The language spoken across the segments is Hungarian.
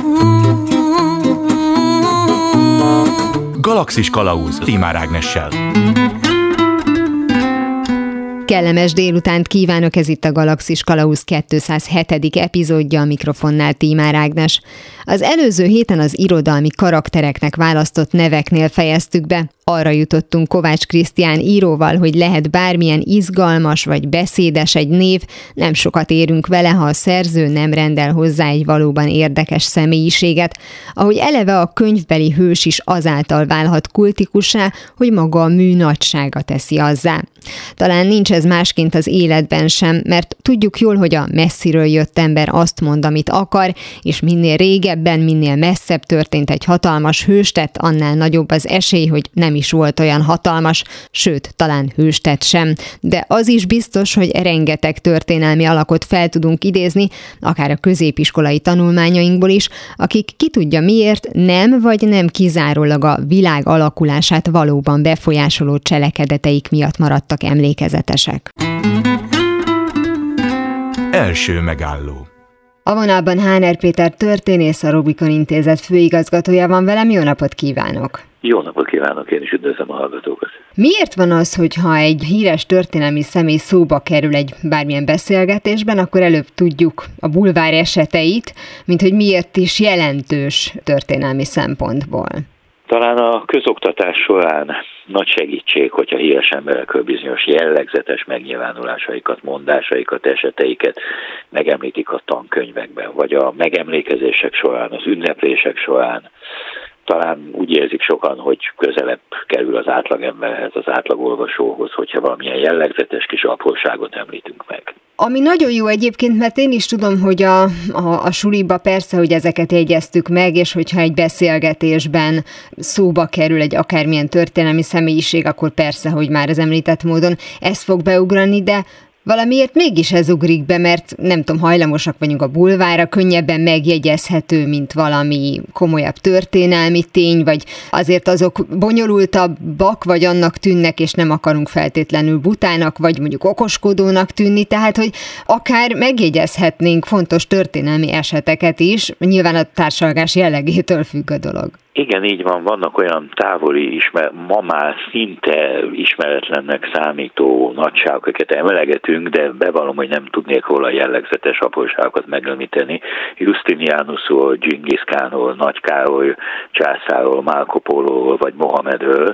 Galaxis Kalauz Tímár Ágnessel. Kellemes délutánt kívánok, ez itt a Galaxis Kalauz 207. epizódja, a mikrofonnál Tímár Ágnes. Az előző héten az irodalmi karaktereknek választott neveknél fejeztük be. Arra jutottunk Kovács Krisztián íróval, hogy lehet bármilyen izgalmas vagy beszédes egy név, nem sokat érünk vele, ha a szerző nem rendel hozzá egy valóban érdekes személyiséget, ahogy eleve a könyvbeli hős is azáltal válhat kultikussá, hogy maga a mű nagysága teszi azzá. Talán nincs ez másként az életben sem, mert tudjuk jól, hogy a messziről jött ember azt mond, amit akar, és minél régebben, minél messzebb történt egy hatalmas hőstett, annál nagyobb az esély, hogy nem is volt olyan hatalmas, sőt, talán hőstett sem. De az is biztos, hogy rengeteg történelmi alakot fel tudunk idézni, akár a középiskolai tanulmányainkból is, akik ki tudja miért nem vagy nem kizárólag a világ alakulását valóban befolyásoló cselekedeteik miatt maradtak emlékezetesek. Első megálló. A vonalban Háner Péter történész, a Rubikon Intézet főigazgatója van velem. Jó napot kívánok! Jó napot kívánok, én is üdvözlöm a hallgatókat. Miért van az, hogyha egy híres történelmi személy szóba kerül egy bármilyen beszélgetésben, akkor előbb tudjuk a bulvár eseteit, mint hogy miért is jelentős történelmi szempontból? Talán a közoktatás során nagy segítség, hogyha híres emberekről bizonyos jellegzetes megnyilvánulásaikat, mondásaikat, eseteiket megemlítik a tankönyvekben, vagy a megemlékezések során, az ünneplések során. Talán úgy érzik sokan, hogy közelebb kerül az átlagemberhez, az átlagolvasóhoz, hogyha valamilyen jellegzetes kis apróságot említünk meg. Ami nagyon jó egyébként, mert én is tudom, hogy a suliba persze, hogy ezeket jegyeztük meg, és hogyha egy beszélgetésben szóba kerül egy akármilyen történelmi személyiség, akkor persze, hogy már az említett módon ez fog beugrani, de valamiért mégis ez ugrik be, mert nem tudom, hajlamosak vagyunk a bulvárra, könnyebben megjegyezhető, mint valami komolyabb történelmi tény, vagy azért azok bonyolultabbak, vagy annak tűnnek, és nem akarunk feltétlenül butának, vagy mondjuk okoskodónak tűnni, tehát, hogy akár megjegyezhetnénk fontos történelmi eseteket is, nyilván a társalgás jellegétől függ a dolog. Igen, így van, vannak olyan távoli, ma már szinte ismeretlennek számító nagyságok, akiket emlegetünk, de bevallom, hogy nem tudnék róla jellegzetes apróságokat megemlíteni. Justinianusról, Dzsingisz Kánról, Nagy Károly császárról, Marco Pólóról vagy Mohamedről.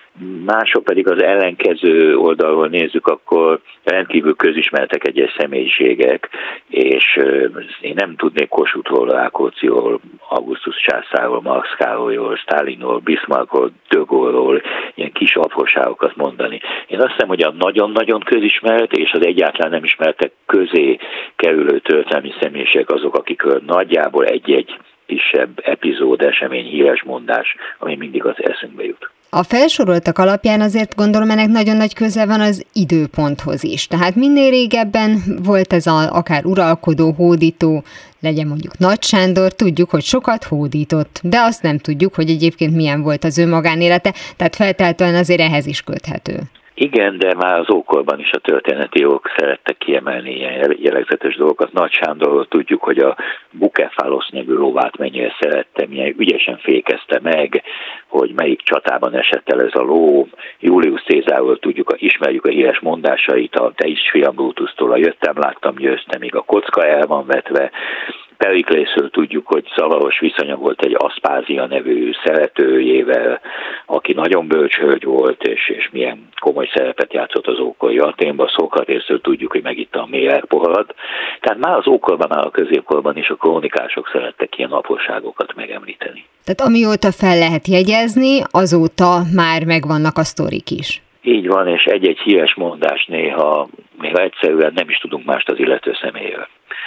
Mások pedig az ellenkező oldalról nézzük, akkor rendkívül közismertek egyes személyiségek, és én nem tudnék Kossuthról, Rákócziról, Augustus császárról, Max Károlyról, Sztálinról, Bismarckról, de Gaulle-ról ilyen kis apróságokat mondani. Én azt hiszem, hogy a nagyon-nagyon közismert és az egyáltalán nem ismertek közé kerülő történelmi személyiségek azok, akikről nagyjából egy-egy kisebb epizód, esemény, híres mondás, ami mindig az eszünkbe jut. A felsoroltak alapján azért gondolom, ennek nagyon nagy köze van az időponthoz is. Tehát minél régebben volt ez akár uralkodó, hódító, legyen mondjuk Nagy Sándor, tudjuk, hogy sokat hódított, de azt nem tudjuk, hogy egyébként milyen volt az ő magánélete, tehát feltétlenül azért ehhez is köthető. Igen, de már az ókorban is a történeti írók szerettek kiemelni ilyen jellegzetes dolgokat. Nagy Sándorról tudjuk, hogy a Bukefálosz nevű lovát mennyire szerette, milyen ügyesen fékezte meg, hogy melyik csatában esett el ez a ló. Julius Cézárról tudjuk, ismerjük a híres mondásait, a Te is fiam Brutusztól, a jöttem, láttam, győztem, míg a kocka el van vetve. Periklészről tudjuk, hogy zavaros viszonya volt egy Aszpázia nevű szeretőjével, aki nagyon bölcs hölgy volt, és milyen komoly szerepet játszott az ókori Athénban. Szókratészről tudjuk, hogy megitta a méregpoharat. Tehát már az ókorban, már a középkorban is a krónikások szerettek ilyen apróságokat megemlíteni. Tehát amióta fel lehet jegyezni, azóta már megvannak a sztorik is. Így van, és egy-egy híres mondás néha egyszerűen nem is tudunk mást az illető személyről.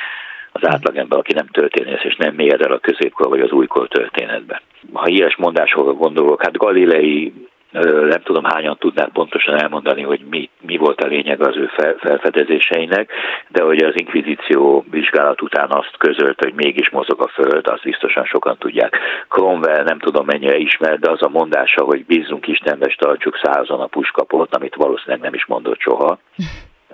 Az átlagember, aki nem történész, és nem mélyed el a középkor vagy az újkor történetbe. Ha híres mondásokra gondolok, hát Galilei, nem tudom hányan tudnák pontosan elmondani, hogy mi volt a lényeg az ő felfedezéseinek, de hogy az inkvizíció vizsgálat után azt közölt, hogy mégis mozog a föld, azt biztosan sokan tudják. Cromwell nem tudom mennyire ismert, de az a mondása, hogy bízzunk Istenbe, és tartsuk szárazon a puskaport, amit valószínűleg nem is mondott soha.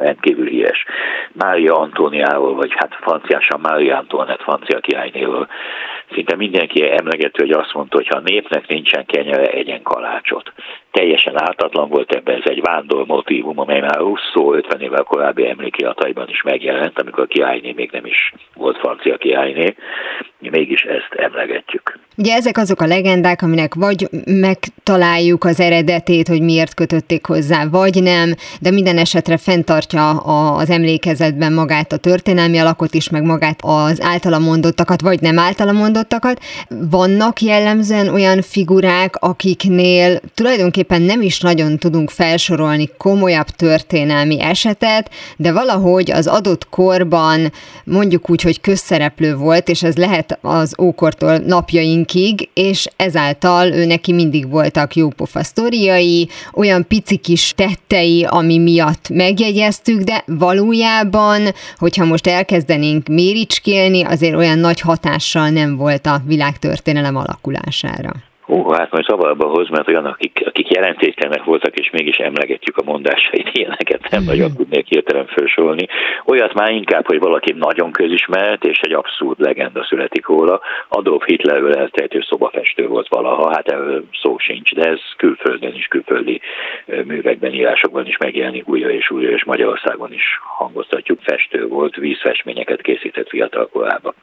rendkívül híres Mária Antóniáról, vagy hát franciásan Mária Antoinette francia királynéről. Szinte mindenki emlegető, hogy azt mondta, hogy ha a népnek nincsen kenyere, egyen kalácsot. Teljesen ártatlan volt ebben, ez egy vándor motívum, amely már Rousseau 50 évvel korábbi emlékirataiban is megjelent, amikor a királyné még nem is volt francia királyné, mi mégis ezt emlegetjük. Ugye ezek azok a legendák, aminek vagy megtaláljuk az eredetét, hogy miért kötötték hozzá, vagy nem, de minden esetre fenntartja az emlékezetben magát a történelmi alakot is, meg magát az általa mondottakat, vagy nem általa mondottakat. Vannak jellemzően olyan figurák, akiknél tulajdonképpen nem is nagyon tudunk felsorolni komolyabb történelmi esetet, de valahogy az adott korban mondjuk úgy, hogy közszereplő volt, és ez lehet az ókortól napjainkig, és ezáltal ő neki mindig voltak jópofa sztoriai, olyan pici kis tettei, ami miatt megjegyeztük, de valójában, hogyha most elkezdenénk méricskélni, azért olyan nagy hatással nem volt a világtörténelem alakulására. Hát majd zavarba hoz, mert olyan, akik jelentéktelenek voltak, és mégis emlegetjük a mondásait, ilyeneket nem nagyon tudnék hirtelen felsorolni. Olyat már inkább, hogy valaki nagyon közismert, és egy abszurd legenda születik róla. Adolf Hitlerről eltehető szobafestő volt valaha, hát erről szó sincs, de ez külföldön is, külföldi művekben, írásokban is megjelenik újra, és Magyarországon is hangoztatjuk. Festő volt, vízfestményeket készített fiatal korában.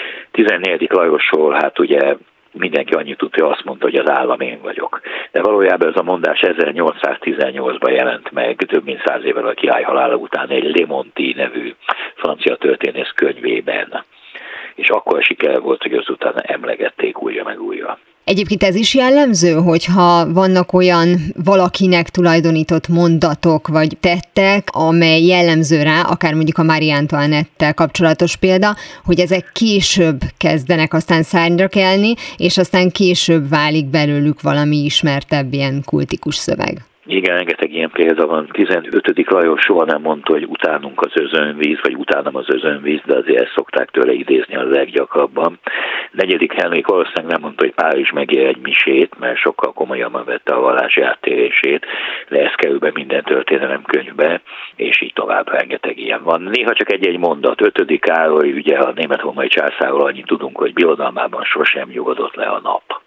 14. Lajosról, hát ugye mindenki annyit tudja, azt mondta, hogy az állam én vagyok. De valójában ez a mondás 1818-ban jelent meg, több mint 100 évvel a király halála után egy Le Monty nevű francia történész könyvében. És akkor siker volt, hogy azután emlegették újra meg újra. Egyébként ez is jellemző, hogyha vannak olyan valakinek tulajdonított mondatok vagy tettek, amely jellemző rá, akár mondjuk a Mária Antoinette-tel kapcsolatos példa, hogy ezek később kezdenek aztán szárnyra kelni, és aztán később válik belőlük valami ismertebb ilyen kultikus szöveg. Igen, rengeteg ilyen példa van. 15. Lajos soha nem mondta, hogy utánunk az özönvíz, vagy utánam az özönvíz, de azért ezt szokták tőle idézni a leggyakrabban. 4. Henrik valószínűleg nem mondta, hogy Párizs megér egy misét, mert sokkal komolyabban vette a vallási áttérését, de ez kerül be minden történelemkönyvbe, és így tovább rengeteg ilyen van. Néha csak egy-egy mondat. 5. Károly, ugye a német-római császárról annyit tudunk, hogy birodalmában sosem nyugodott le a nap.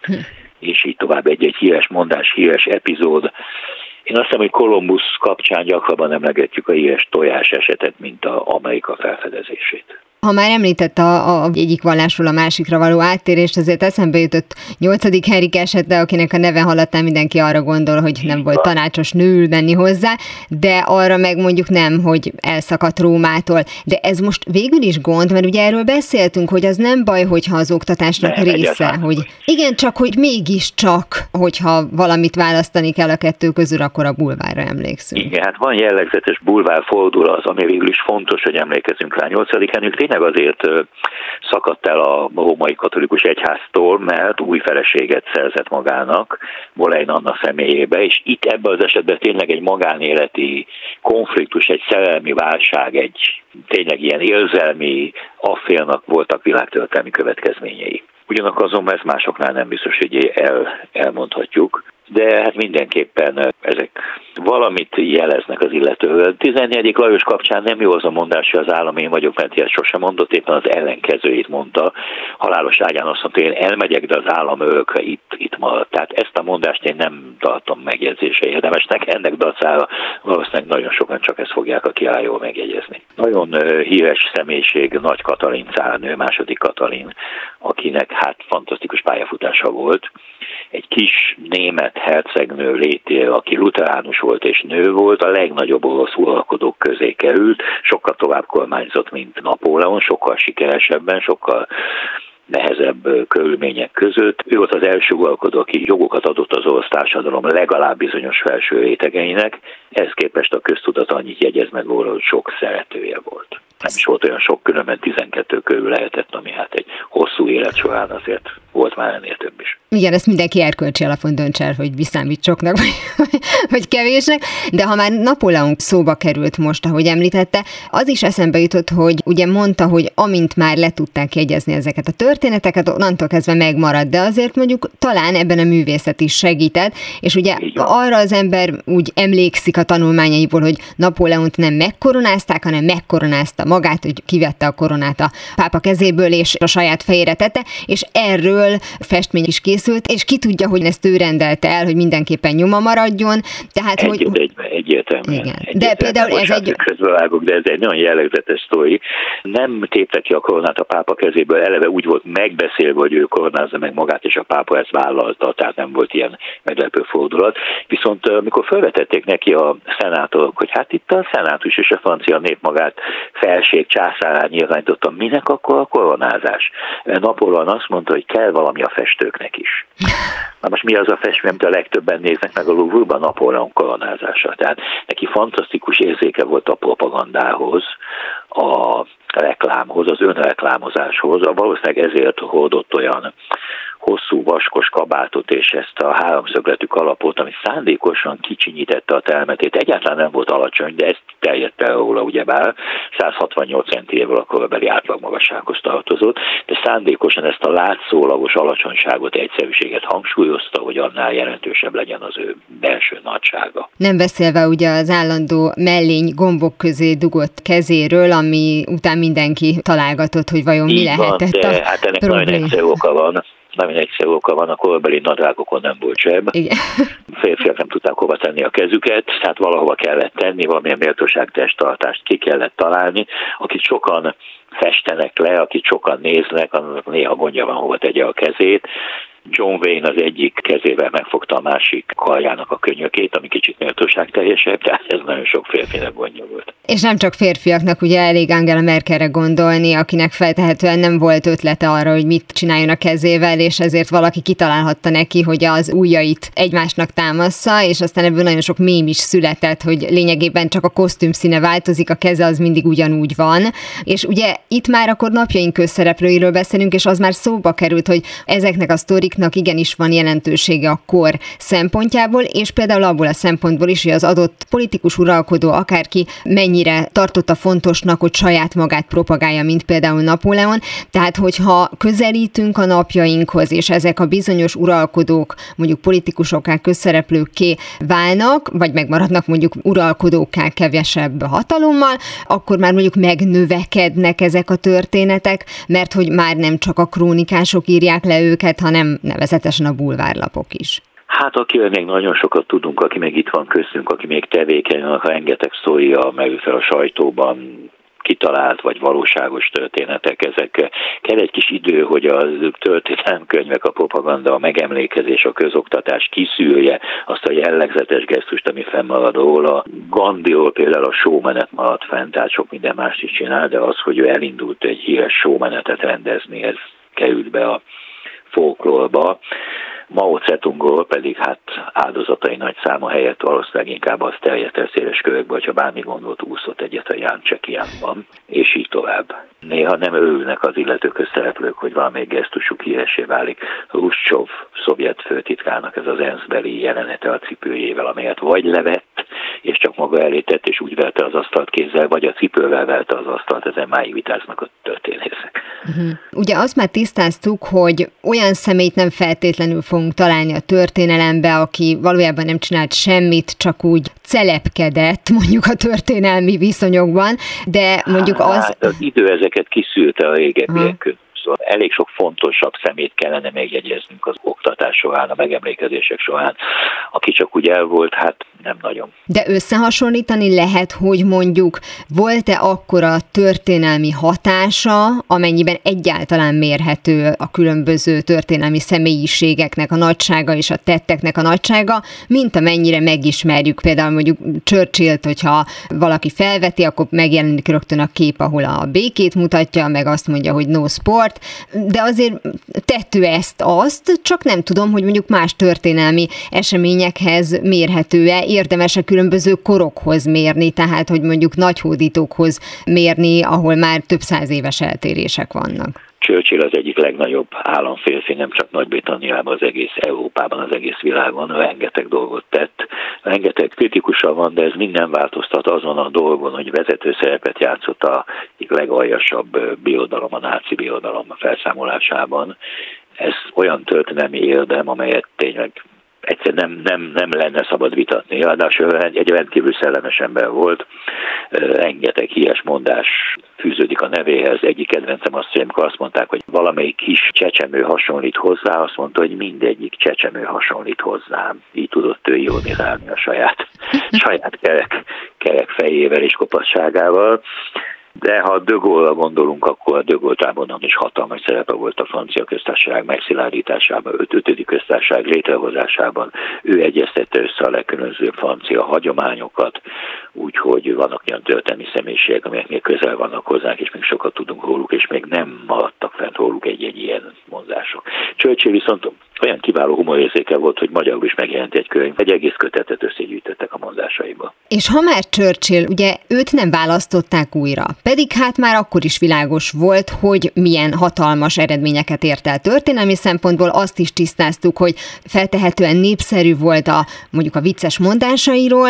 És így tovább egy-egy híres mondás, híres epizód. Én azt hiszem, hogy Kolumbusz kapcsán gyakrabban emlegetjük a híres tojás esetet, mint az Amerika felfedezését. Ha már említett a egyik vallásról a másikra való áttérést, azért eszembe jutott 8. Henrik esete, akinek a neve hallatán mindenki arra gondol, hogy nem volt tanácsos nőül menni hozzá, de arra meg mondjuk nem, hogy elszakadt Rómától. De ez most végül is gond, mert ugye erről beszéltünk, hogy az nem baj, hogyha az oktatásnak része, hogy igen, csak hogy mégiscsak, hogyha valamit választani kell a kettő közül, akkor a bulvárra emlékszünk. Igen, hát van jellegzetes bulvár fordulat, ami végül is fontos, hogy emlékezzünk rá. 8. Henrik tényleg azért szakadt el a római katolikus egyháztól, mert új feleséget szerzett magának, Boleyn Anna személyébe, és itt ebben az esetben tényleg egy magánéleti konfliktus, egy szerelmi válság, egy tényleg ilyen érzelmi affélnak voltak világtörténelmi következményei. Ugyanakkor azonban ezt másoknál nem biztos, hogy elmondhatjuk, de hát mindenképpen ezek valamit jeleznek az illetőről. 14. Lajos kapcsán nem jó az a mondás, hogy az állam én vagyok, mert ilyet sosem mondott, éppen az ellenkezőjét mondta. Halálos ágyán azt mondta, én elmegyek, de az állam örökre itt marad. Tehát ezt a mondást én nem tartom megjegyzése érdemesnek, ennek dacára valószínűleg nagyon sokan csak ezt fogják a királyról megjegyezni. Nagyon híres személyiség Nagy Katalin cárnő, II. Katalin, akinek hát fantasztikus pályafutása volt. Egy kis német hercegnő létéről, aki luteránus volt és nő volt, a legnagyobb orosz uralkodók közé került, sokkal tovább kormányzott, mint Napóleon, sokkal sikeresebben, sokkal nehezebb körülmények között. Ő volt az első uralkodó, aki jogokat adott az orosz társadalom legalább bizonyos felső rétegeinek, ehhez képest a köztudat annyit jegyez meg róla, hogy sok szeretője volt. Nem is volt olyan sok, különben 12 körül lehetett, ami hát egy hosszú élet során azért volt már ennél több is. Igen, ezt mindenki erkölcsi alapon dönts el, hogy viszámít soknak, vagy kevésnek, de ha már Napóleon szóba került most, ahogy említette, az is eszembe jutott, hogy ugye mondta, hogy amint már le tudták jegyezni ezeket a történeteket, onnantól kezdve megmarad, de azért mondjuk talán ebben a művészet is segített, és ugye arra az ember úgy emlékszik a tanulmányaiból, hogy Napóleont nem megkoronázták, hanem megkoronázta magát, hogy kivette a koronát a pápa kezéből, és a saját fejére tette, és erről festmény is készült, és ki tudja, hogy ezt ő rendelte el, hogy mindenképpen nyoma maradjon. Tehát, egyértelműen. Igen. De például ez egy... De ez egy nagyon jellegzetes sztori. Nem tépte ki a koronát a pápa kezéből, eleve úgy volt megbeszélve, hogy ő koronázza meg magát, és a pápa ezt vállalta, tehát nem volt ilyen meglepő fordulat. Viszont amikor felvetették neki a szenátorok, hogy hát itt a szenátus és a francia nép magát felség császárá nyilvánította, minek akkor a koronázás? Napóleon azt mondta, hogy kell valami a festőknek is. Na most mi az a festmény, amit a legtöbben néznek meg a Louvre-ban? Napóleon koronázása. Tehát neki fantasztikus érzéke volt a propagandához, a reklámhoz, az önreklámozáshoz. Valószínűleg ezért hordott olyan hosszú, vaskos kabátot és ezt a háromszögletű kalapot, ami szándékosan kicsinyítette a termetét. Egyáltalán nem volt alacsony, de ezt terjedt el róla, ugyebár 168 centiével a korabeli átlagmagassághoz tartozott, de szándékosan ezt a látszólagos alacsonyságot, egyszerűséget hangsúlyozta, hogy annál jelentősebb legyen az ő belső nagysága. Nem beszélve ugye az állandó mellény gombok közé dugott kezéről, ami után mindenki találgatott, hogy vajon mi lehetett de hát ennek nagyon egyszerű oka van. Nagyon egyszerű oka van, a korabeli nadrágokon nem volt zseb. Igen. Férfiak nem tudták hova tenni a kezüket, tehát valahova kellett tenni, valamilyen méltóságtesttartást ki kellett találni. Akit sokan festenek le, akit sokan néznek, annak néha gondja van, hova tegye a kezét. John Wayne az egyik kezével megfogta a másik karjának a könyökét, ami kicsit méltóságteljesebb, tehát ez nagyon sok férfinek gondja volt. És nem csak férfiaknak, ugye elég Angela Merkelre gondolni, akinek feltehetően nem volt ötlete arra, hogy mit csináljon a kezével, és ezért valaki kitalálhatta neki, hogy az ujjait egymásnak támassza, és aztán ebből nagyon sok mém is született, hogy lényegében csak a kosztüm színe változik, a keze az mindig ugyanúgy van. És ugye itt már akkor napjaink közszereplőiről beszélünk, és az már szóba került, hogy ezeknek a sztoriknak igenis van jelentősége a kor szempontjából, és például abból a szempontból is, hogy az adott politikus uralkodó akárki mennyire tartotta fontosnak, hogy saját magát propagálja, mint például Napóleon. Tehát, hogyha közelítünk a napjainkhoz, és ezek a bizonyos uralkodók mondjuk politikusokká, közszereplőkké válnak, vagy megmaradnak mondjuk uralkodókká kevesebb hatalommal, akkor már mondjuk megnövekednek ezek a történetek, mert hogy már nem csak a krónikások írják le őket, hanem nevezetesen a bulvárlapok is. Hát akivel még nagyon sokat tudunk, aki még itt van köztünk, aki még tevékeny, annak rengeteg sztoria merül fel a sajtóban, kitalált vagy valóságos történetek, ezek kell egy kis idő, hogy a történelemkönyvek, a propaganda, a megemlékezés, a közoktatás kiszűrje azt a jellegzetes gesztust, ami fennmarad róla. Gandhiról például a showmenet maradt fent, tehát sok minden mást is csinál, de az, hogy ő elindult egy híres showmenetet rendezni, ez került be a folklórba. Mao Zedongról pedig hát áldozatai nagy száma helyett valószínűleg inkább az terjedt el széles körökbe, hogyha bármi gondot úszott egyet a Jáncseki-jánban, és így tovább. Néha nem örülnek az illető közszereplők, hogy valamelyik gesztusuk híressé válik. Hruscsov szovjet főtitkárnak ez az ENSZ-beli jelenete a cipőjével, amelyet vagy levett, és csak maga elé tett, és úgy verte az asztalt kézzel, vagy a cipővel verte az asztalt, ezen máig vitáznak a történészek. Ugye azt már tisztáztuk, hogy olyan személyt nem feltétlenül fogunk találni a történelembe, aki valójában nem csinált semmit, csak úgy celepkedett mondjuk a történelmi viszonyokban, de mondjuk az... Az idő ezeket kiszűrte a régebbiek. Szóval elég sok fontosabb szemét kellene megjegyeznünk az oktatás során, a megemlékezések során. Aki csak úgy el volt, hát nem nagyon. De összehasonlítani lehet, hogy mondjuk volt-e akkora történelmi hatása, amennyiben egyáltalán mérhető a különböző történelmi személyiségeknek a nagysága és a tetteknek a nagysága, mint amennyire megismerjük például mondjuk Churchillt, hogyha valaki felveti, akkor megjelenik rögtön a kép, ahol a békét mutatja, meg azt mondja, hogy no sport, de azért tettő ezt-azt, csak nem tudom, hogy mondjuk más történelmi eseményekhez mérhető-e, érdemes-e különböző korokhoz mérni, tehát hogy mondjuk nagyhódítókhoz mérni, ahol már több száz éves eltérések vannak. Churchill az egyik legnagyobb államférfi, nem csak Nagy-Britanniában, az egész Európában, az egész világon rengeteg dolgot tett. Rengeteg kritikusa van, de ez minden változtat azon a dolgon, hogy vezető szerepet játszott a legaljasabb birodalom, a náci birodalom felszámolásában. Ez olyan történelmi érdem, amelyet tényleg egyszer nem lenne szabad vitatni. Ráadásul egy rendkívül szellemes ember volt, rengeteg híres mondás fűződik a nevéhez. Egyik kedvencem azt, hogy amikor azt mondták, hogy valamelyik kis csecsemő hasonlít hozzá, azt mondta, hogy mindegyik csecsemő hasonlít hozzám. Így tudott ő ironizálni a saját kerek fejével és kopasságával. De ha De Gaulle-ra gondolunk, akkor a De Gaulle tábornoknak is hatalmas szerepe volt a francia köztársaság megszilárdításában, 5. köztársaság létrehozásában. Ő egyeztette össze a legkülönbözőbb francia hagyományokat, úgyhogy vannak olyan történelmi személyiségek, amelyek még közel vannak hozzánk, és még sokat tudunk róluk, és még nem maradtak fent róluk egy ilyen mondások. Churchill viszont olyan kiváló humorérzéke volt, hogy magyarul is megjelent egy könyv, egy egész kötetet összegyűjtöttek a mondásaiba. És ha már Churchill, ugye őt nem választották újra, pedig hát már akkor is világos volt, hogy milyen hatalmas eredményeket ért el történelmi szempontból, azt is tisztáztuk, hogy feltehetően népszerű volt mondjuk a vicces mondásairól.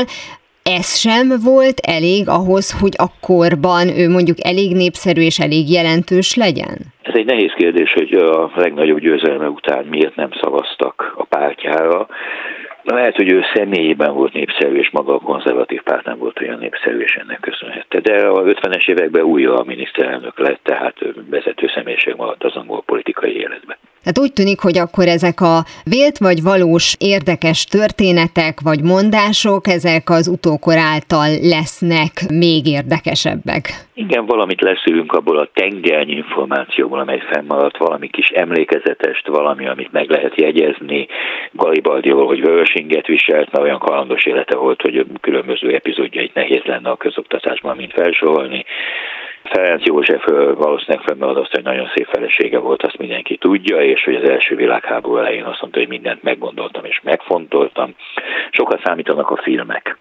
Ez sem volt elég ahhoz, hogy akkorban ő mondjuk elég népszerű és elég jelentős legyen? Ez egy nehéz kérdés, hogy a legnagyobb győzelme után miért nem szavaztak a pártjára. Lehet, hogy ő személyében volt népszerű, és maga a konzervatív párt nem volt olyan népszerű, és ennek köszönhette. De a 50-es években újra a miniszterelnök lett, tehát vezető személyiség maradt az angol politikai életben. Tehát úgy tűnik, hogy akkor ezek a vélt vagy valós érdekes történetek vagy mondások, ezek az utókor által lesznek még érdekesebbek. Igen, valamit leszűrünk abból a tengernyi információból, amely fennmaradt, valami kis emlékezetest, valami, amit meg lehet jegyezni. Garibaldiról, hogy vörösinget viselt, mert olyan kalandos élete volt, hogy különböző epizódjait nehéz lenne a közoktatásban mind felsorolni. Ferenc Józsefről valószínűleg fennmarad azt, hogy nagyon szép felesége volt, azt mindenki tudja, és hogy az első világháború elején azt mondta, hogy mindent meggondoltam és megfontoltam. Sokat számítanak a filmek.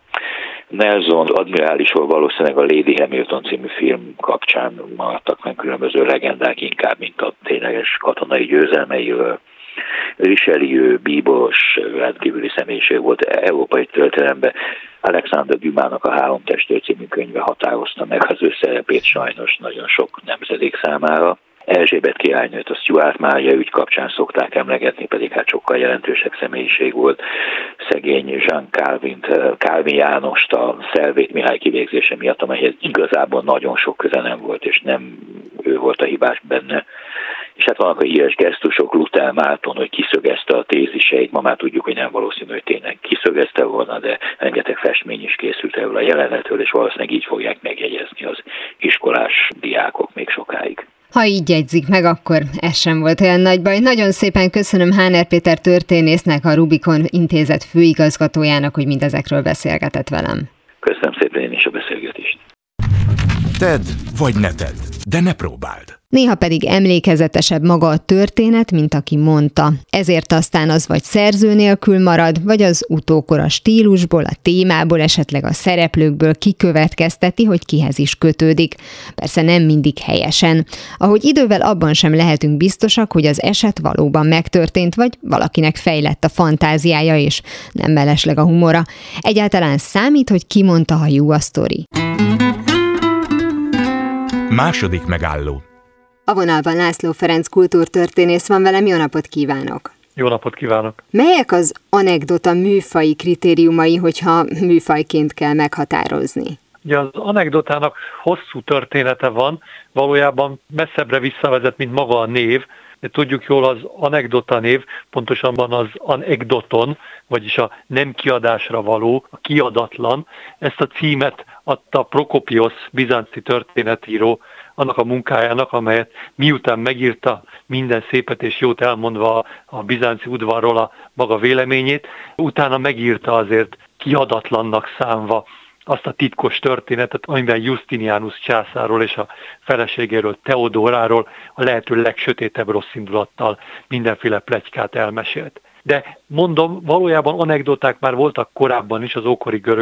Nelson admirálisról valószínűleg a Lady Hamilton című film kapcsán maradtak meg különböző legendák, inkább, mint a tényleges katonai győzelmeiről. Richelieu, bíboros, rendkívüli személyiség volt európai történelemben. Alexander Dumának a 3 testőr című könyve határozta meg az ő szerepét sajnos nagyon sok nemzedék számára. Erzsébet királynőt a Stuart Mária ügy kapcsán szokták emlegetni, pedig hát sokkal jelentősebb személyiség volt. Szegény Jean Calvin Jánost a Szelvéd Mihály kivégzése miatt, amelyhez igazából nagyon sok köze nem volt, és nem ő volt a hibás benne. És hát vannak a híres gesztusok, Luther Márton, hogy kiszögezte a téziseit, ma már tudjuk, hogy nem valószínű, hogy tényleg kiszögezte volna, de rengeteg festmény is készült erről a jelenetről, és valószínűleg így fogják megjegyezni az iskolás diákok még sokáig. Ha így jegyzik meg, akkor ez sem volt olyan nagy baj. Nagyon szépen köszönöm Háner Péter történésznek, a Rubikon Intézet főigazgatójának, hogy mindezekről beszélgetett velem. Köszönöm szépen én is a beszélgetést. Tedd vagy ne tedd, de ne próbáld. Néha pedig emlékezetesebb maga a történet, mint aki mondta. Ezért aztán az vagy szerző nélkül marad, vagy az utókor a stílusból, a témából, esetleg a szereplőkből kikövetkezteti, hogy kihez is kötődik. Persze nem mindig helyesen. Ahogy idővel abban sem lehetünk biztosak, hogy az eset valóban megtörtént, vagy valakinek fejlett a fantáziája, és nem mellesleg a humora. Egyáltalán számít, hogy ki mondta, ha jó a sztori. Második megálló. A vonalban László Ferenc kultúrtörténész van velem, jó napot kívánok! Jó napot kívánok! Melyek az anekdota műfaji kritériumai, hogyha műfajként kell meghatározni? Ugye az anekdotának hosszú története van, valójában messzebbre visszavezet, mint maga a név, de tudjuk jól, az anekdota név pontosabban az anekdoton, vagyis a nem kiadásra való, a kiadatlan. Ezt a címet adta Prokopiosz, bizánci történetíró, annak a munkájának, amelyet miután megírta, minden szépet és jót elmondva a bizánci udvarról a maga véleményét, utána megírta azért kiadatlannak számva azt a titkos történetet, amiben Justinianus császárról és a feleségéről, Teodóráról a lehető legsötétebb rosszindulattal mindenféle pletykát elmesélt. De mondom, valójában anekdoták már voltak korábban is, az ókori görögök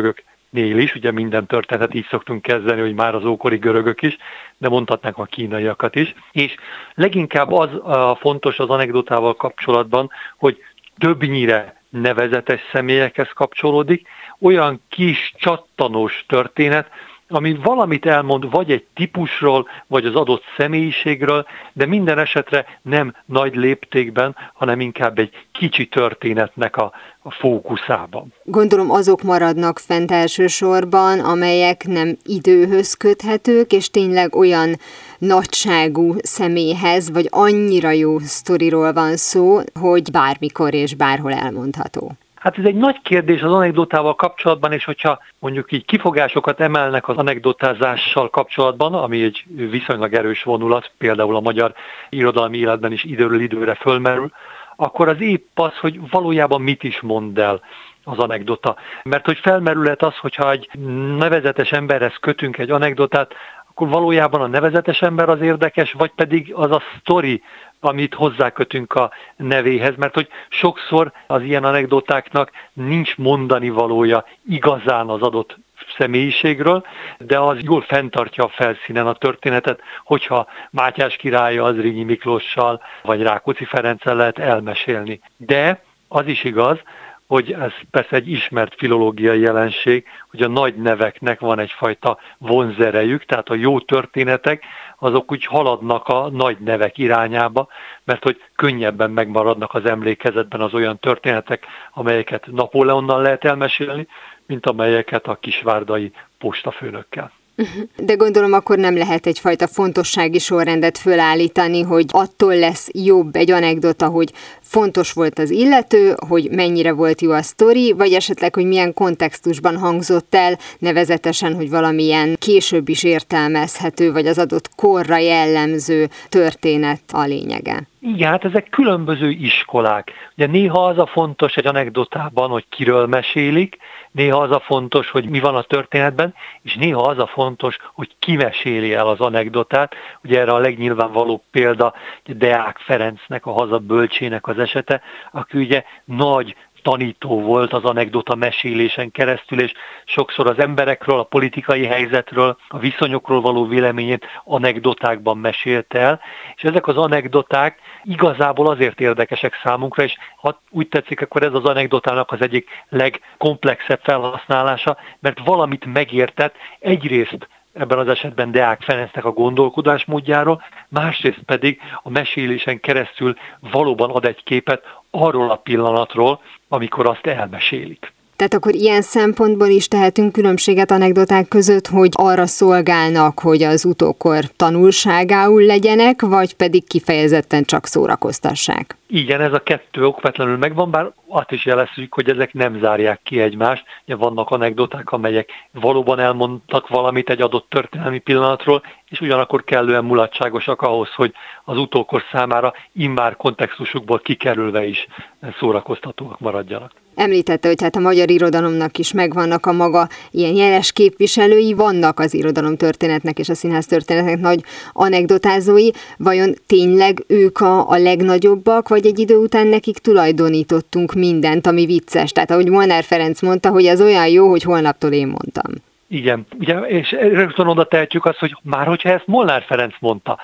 is, ugye minden történetet így szoktunk kezdeni, hogy már az ókori görögök is, de mondhatnánk a kínaiakat is. És leginkább az fontos az anekdotával kapcsolatban, hogy többnyire nevezetes személyekhez kapcsolódik, olyan kis csattanós történet, ami valamit elmond vagy egy típusról, vagy az adott személyiségről, de minden esetre nem nagy léptékben, hanem inkább egy kicsi történetnek a fókuszában. Gondolom azok maradnak fent elsősorban, amelyek nem időhöz köthetők, és tényleg olyan nagyságú személyhez, vagy annyira jó sztoriról van szó, hogy bármikor és bárhol elmondható. Hát ez egy nagy kérdés az anekdotával kapcsolatban, és hogyha mondjuk így kifogásokat emelnek az anekdotázással kapcsolatban, ami egy viszonylag erős vonulat, például a magyar irodalmi életben is időről időre fölmerül, akkor az épp az, hogy valójában mit is mond el az anekdota. Mert hogy felmerülhet az, hogyha egy nevezetes emberhez kötünk egy anekdotát, akkor valójában a nevezetes ember az érdekes, vagy pedig az a sztori, amit hozzákötünk a nevéhez, mert hogy sokszor az ilyen anekdotáknak nincs mondani valója igazán az adott személyiségről, de az jól fenntartja a felszínen a történetet, hogyha Mátyás királlyal, az Zrínyi Miklóssal, vagy Rákóczi Ferenccel lehet elmesélni. De az is igaz, hogy ez persze egy ismert filológiai jelenség, hogy a nagy neveknek van egyfajta vonzerejük, tehát a jó történetek, azok úgy haladnak a nagy nevek irányába, mert hogy könnyebben megmaradnak az emlékezetben az olyan történetek, amelyeket Napóleonnal lehet elmesélni, mint amelyeket a kisvárdai postafőnökkel. De gondolom akkor nem lehet egyfajta fontossági sorrendet fölállítani, hogy attól lesz jobb egy anekdota, hogy fontos volt az illető, hogy mennyire volt jó a sztori, vagy esetleg, hogy milyen kontextusban hangzott el, nevezetesen, hogy valamilyen később is értelmezhető, vagy az adott korra jellemző történet a lényege. Igen, hát ezek különböző iskolák. Ugye néha az a fontos egy anekdotában, hogy kiről mesélik, néha az a fontos, hogy mi van a történetben, és néha az a fontos, hogy ki meséli el az anekdotát. Ugye erre a legnyilvánvalóbb példa Deák Ferencnek, a Haza bölcsének az esete, aki ugye nagy tanító volt az anekdota mesélésen keresztül, és sokszor az emberekről, a politikai helyzetről, a viszonyokról való véleményét anekdotákban mesélte el, és ezek az anekdoták igazából azért érdekesek számunkra, és ha úgy tetszik, akkor ez az anekdotának az egyik legkomplexebb felhasználása, mert valamit megértett egyrészt ebben az esetben Deák Ferencnek a gondolkodásmódjáról, másrészt pedig a mesélésen keresztül valóban ad egy képet arról a pillanatról, amikor azt elmesélik. Tehát akkor ilyen szempontból is tehetünk különbséget anekdoták között, hogy arra szolgálnak, hogy az utókor tanulságául legyenek, vagy pedig kifejezetten csak szórakoztassák. Igen, ez a kettő okvetlenül megvan, bár azt is jelezzük, hogy ezek nem zárják ki egymást. Ugye vannak anekdoták, amelyek valóban elmondtak valamit egy adott történelmi pillanatról, és ugyanakkor kellően mulatságosak ahhoz, hogy az utókor számára immár kontextusukból kikerülve is szórakoztatóak maradjanak. Említette, hogy hát a magyar irodalomnak is megvannak a maga ilyen jeles képviselői, vannak az irodalomtörténetnek és a színháztörténetnek nagy anekdotázói. Vajon tényleg ők a legnagyobbak, vagy egy idő után nekik tulajdonítottunk mindent, ami vicces? Tehát ahogy Molnár Ferenc mondta, hogy az olyan jó, hogy holnaptól én mondtam. Igen, ugye, és rögtön oda tehetjük azt, hogy már hogyha ezt Molnár Ferenc mondta,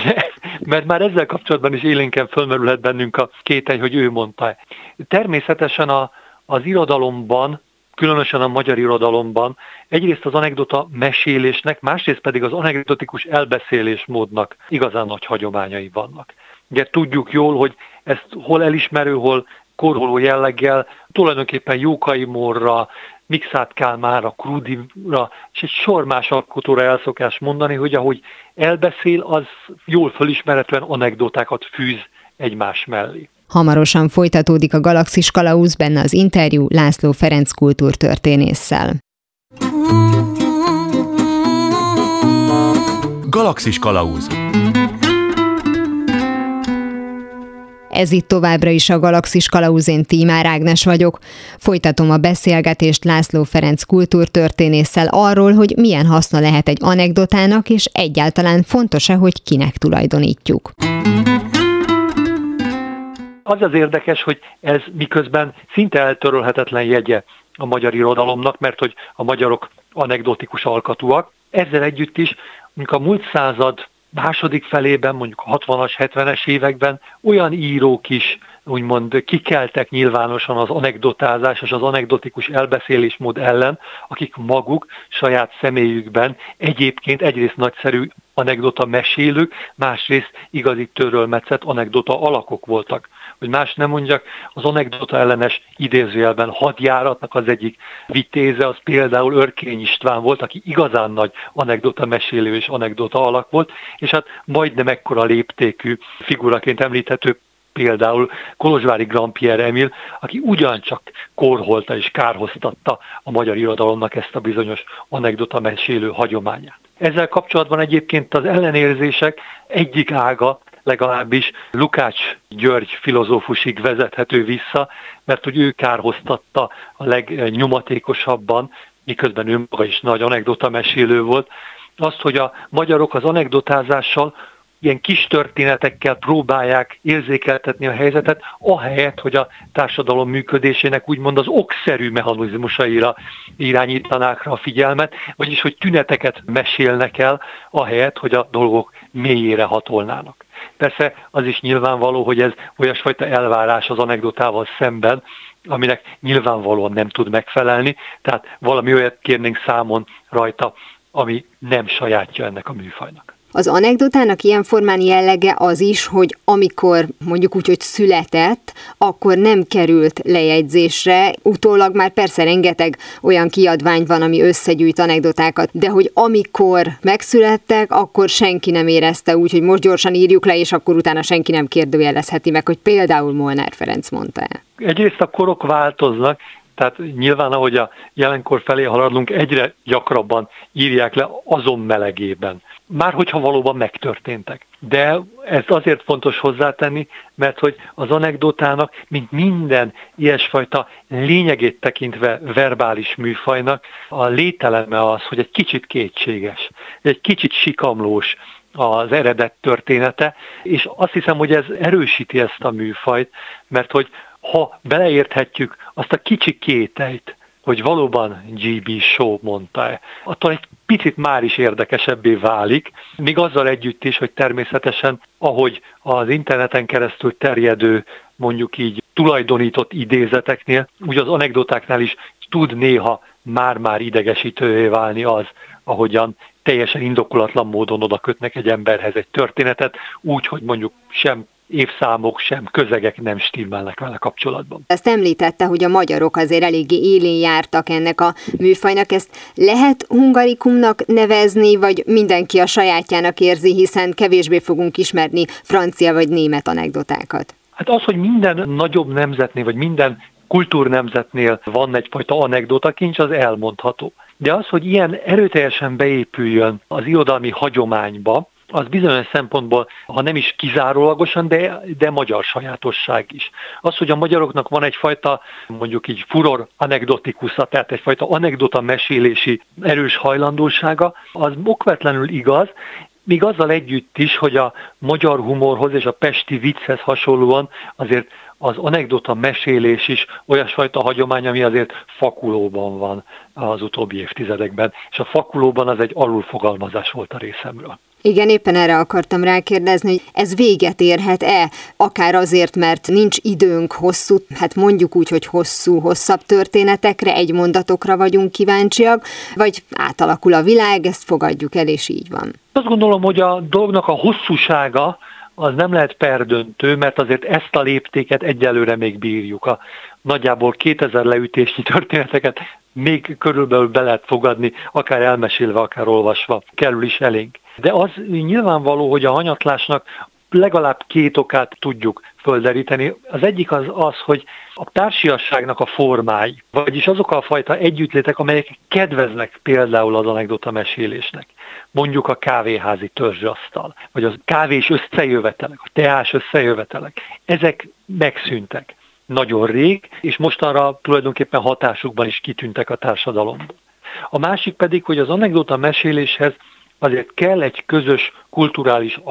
mert már ezzel kapcsolatban is élénken fölmerülhet bennünk a kételj, hogy ő mondta. Természetesen az irodalomban, különösen a magyar irodalomban egyrészt az anekdota mesélésnek, másrészt pedig az anekdotikus elbeszélésmódnak igazán nagy hagyományai vannak. Ugye tudjuk jól, hogy ezt hol elismerő, hol korholó jelleggel, tulajdonképpen Jókai Mórra, Mikszáth Kálmánra, Krúdira, és egy sor más alkotóra el szokás mondani, hogy ahogy elbeszél, az jól fölismeretlen anekdotákat fűz egymás mellé. Hamarosan folytatódik a Galaxis Kalauz, benne az interjú László Ferenc kultúrtörténésszel. Galaxis Kalauz. Ez itt továbbra is a Galaxis Kalauz, én Tímár Ágnes vagyok. Folytatom a beszélgetést László Ferenc kultúrtörténésszel arról, hogy milyen haszna lehet egy anekdotának, és egyáltalán fontos-e, hogy kinek tulajdonítjuk. Az az érdekes, hogy ez miközben szinte eltörölhetetlen jegye a magyar irodalomnak, mert hogy a magyarok anekdotikus alkatúak. Ezzel együtt is, mondjuk a múlt század második felében, mondjuk a 60-as, 70-es években olyan írók is úgymond kikeltek nyilvánosan az anekdotázás és az anekdotikus elbeszélésmód ellen, akik maguk saját személyükben egyébként egyrészt nagyszerű anekdota mesélők, másrészt igazi törölmetszett anekdota alakok voltak. Hogy más nem mondjak, az anekdota ellenes idézőjelben hadjáratnak az egyik vitéze, az például Örkény István volt, aki igazán nagy anekdota mesélő és anekdota alak volt, és hát majdnem ekkora léptékű figuraként említhető például Kolozsvári Grand-Pierre Emil, aki ugyancsak korholta és kárhoztatta a magyar irodalomnak ezt a bizonyos anekdota mesélő hagyományát. Ezzel kapcsolatban egyébként az ellenérzések egyik ága legalábbis Lukács György filozófusig vezethető vissza, mert hogy ő kárhoztatta a legnyomatékosabban, miközben ő maga is nagy anekdota mesélő volt, azt, hogy a magyarok az anekdotázással ilyen kis történetekkel próbálják érzékeltetni a helyzetet, ahelyett, hogy a társadalom működésének úgymond az okszerű mechanizmusaira irányítanák rá a figyelmet, vagyis hogy tüneteket mesélnek el, ahelyett, hogy a dolgok mélyére hatolnának. Persze az is nyilvánvaló, hogy ez olyasfajta elvárás az anekdotával szemben, aminek nyilvánvalóan nem tud megfelelni, tehát valami olyat kérnénk számon rajta, ami nem sajátja ennek a műfajnak. Az anekdotának ilyen formán jellege az is, hogy amikor mondjuk úgy, hogy született, akkor nem került lejegyzésre, utólag már persze rengeteg olyan kiadvány van, ami összegyűjt anekdotákat, de hogy amikor megszülettek, akkor senki nem érezte úgy, hogy most gyorsan írjuk le, és akkor utána senki nem kérdőjelezheti meg, hogy például Molnár Ferenc mondta el. Egyrészt a korok változnak, tehát nyilván, ahogy a jelenkor felé haladunk, egyre gyakrabban írják le azon melegében. Már hogyha valóban megtörténtek. De ezt azért fontos hozzátenni, mert hogy az anekdotának, mint minden ilyesfajta lényegét tekintve verbális műfajnak, a lételeme az, hogy egy kicsit kétséges, egy kicsit sikamlós az eredet története, és azt hiszem, hogy ez erősíti ezt a műfajt, mert hogy ha beleérthetjük azt a kicsi kételyt, hogy valóban G.B. Shaw mondta-e, attól egy picit már is érdekesebbé válik, még azzal együtt is, hogy természetesen, ahogy az interneten keresztül terjedő, mondjuk így tulajdonított idézeteknél, úgy az anekdotáknál is tud néha már-már idegesítővé válni az, ahogyan teljesen indokolatlan módon oda kötnek egy emberhez egy történetet, úgy, hogy mondjuk sem évszámok, sem közegek nem stimmelnek vele kapcsolatban. Ezt említette, hogy a magyarok azért eléggé élén jártak ennek a műfajnak. Ezt lehet hungarikumnak nevezni, vagy mindenki a sajátjának érzi, hiszen kevésbé fogunk ismerni francia vagy német anekdotákat? Hát az, hogy minden nagyobb nemzetnél, vagy minden kultúrnemzetnél van egyfajta anekdotakincs, az elmondható. De az, hogy ilyen erőteljesen beépüljön az irodalmi hagyományba, az bizonyos szempontból, ha nem is kizárólagosan, de magyar sajátosság is. Az, hogy a magyaroknak van egyfajta, mondjuk így furor anekdotikusza, tehát egyfajta anekdota mesélési erős hajlandósága, az okvetlenül igaz, még azzal együtt is, hogy a magyar humorhoz és a pesti vicchez hasonlóan azért az anekdota mesélés is olyasfajta hagyomány, ami azért fakulóban van az utóbbi évtizedekben, és a fakulóban az egy alulfogalmazás volt a részemről. Igen, éppen erre akartam rákérdezni, hogy ez véget érhet-e, akár azért, mert nincs időnk hosszú, hát mondjuk úgy, hogy hosszabb történetekre, egy mondatokra vagyunk kíváncsiak, vagy átalakul a világ, ezt fogadjuk el, és így van. Azt gondolom, hogy a dolognak a hosszúsága az nem lehet perdöntő, mert azért ezt a léptéket egyelőre még bírjuk. A nagyjából 2000 leütésnyi történeteket még körülbelül be lehet fogadni, akár elmesélve, akár olvasva, kerül is elénk. De az nyilvánvaló, hogy a hanyatlásnak legalább két okát tudjuk földeríteni. Az egyik az, hogy a társiasságnak a formái, vagyis azok a fajta együttlétek, amelyek kedveznek például az anekdota mesélésnek. Mondjuk a kávéházi törzsasztal, vagy a kávés összejövetelek, a teás összejövetelek. Ezek megszűntek nagyon rég, és mostanra tulajdonképpen hatásukban is kitűntek a társadalomból. A másik pedig, hogy az anekdota meséléshez azért kell egy közös kulturális alap.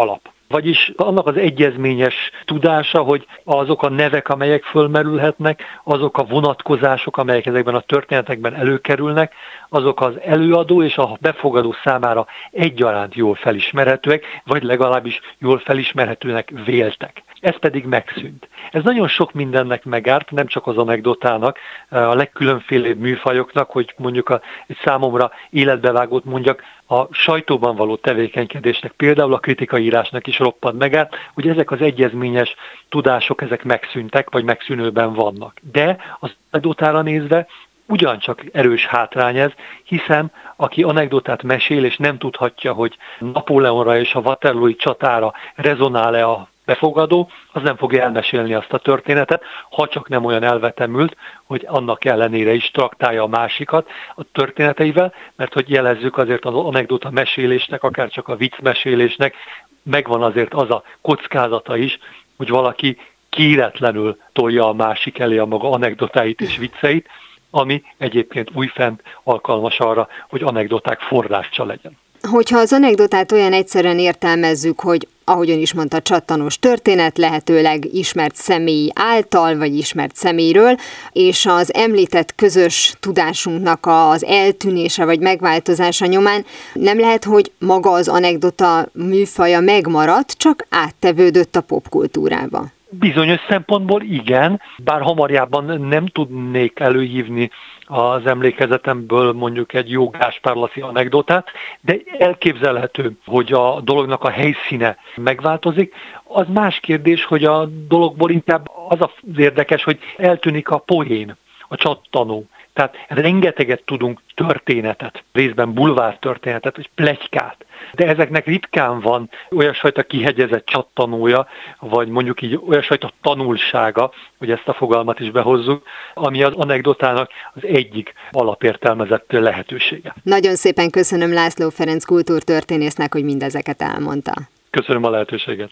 Vagyis annak az egyezményes tudása, hogy azok a nevek, amelyek fölmerülhetnek, azok a vonatkozások, amelyek ezekben a történetekben előkerülnek, azok az előadó és a befogadó számára egyaránt jól felismerhetőek, vagy legalábbis jól felismerhetőnek véltek. Ez pedig megszűnt. Ez nagyon sok mindennek megárt, nem csak az anekdotának, a legkülönfélébb műfajoknak, hogy mondjuk egy számomra életbevágót mondjak, a sajtóban való tevékenykedésnek, például a kritikaírásnak is roppant megárt, hogy ezek az egyezményes tudások, ezek megszűntek, vagy megszűnőben vannak. De az anekdotára nézve ugyancsak erős hátrány ez, hiszen aki anekdotát mesél, és nem tudhatja, hogy Napóleonra és a Waterloo-i csatára rezonál-e a befogadó, az nem fogja elmesélni azt a történetet, ha csak nem olyan elvetemült, hogy annak ellenére is traktálja a másikat a történeteivel, mert hogy jelezzük azért az anekdota mesélésnek, akár csak a vicc mesélésnek, megvan azért az a kockázata is, hogy valaki kéretlenül tolja a másik elé a maga anekdotáit és vicceit, ami egyébként újfent alkalmas arra, hogy anekdoták forrása legyen. Hogyha az anekdotát olyan egyszerűen értelmezzük, hogy ahogy ön is mondta, csattanós történet, lehetőleg ismert személy által, vagy ismert személyről, és az említett közös tudásunknak az eltűnése, vagy megváltozása nyomán nem lehet, hogy maga az anekdota műfaja megmaradt, csak áttevődött a popkultúrába. Bizonyos szempontból igen, bár hamarjában nem tudnék előhívni az emlékezetemből mondjuk egy jó Gáspár-Laci anekdotát, de elképzelhető, hogy a dolognak a helyszíne megváltozik. Az más kérdés, hogy a dologból inkább az az érdekes, hogy eltűnik a poén, a csattanó. Tehát rengeteget tudunk történetet, részben bulvár történetet, vagy pletykát, de ezeknek ritkán van olyasfajta kihegyezett csattanója, vagy mondjuk így olyasfajta tanulsága, hogy ezt a fogalmat is behozzuk, ami az anekdotának az egyik alapértelmezett lehetősége. Nagyon szépen köszönöm László Ferenc kultúrtörténésznek, hogy mindezeket elmondta. Köszönöm a lehetőséget.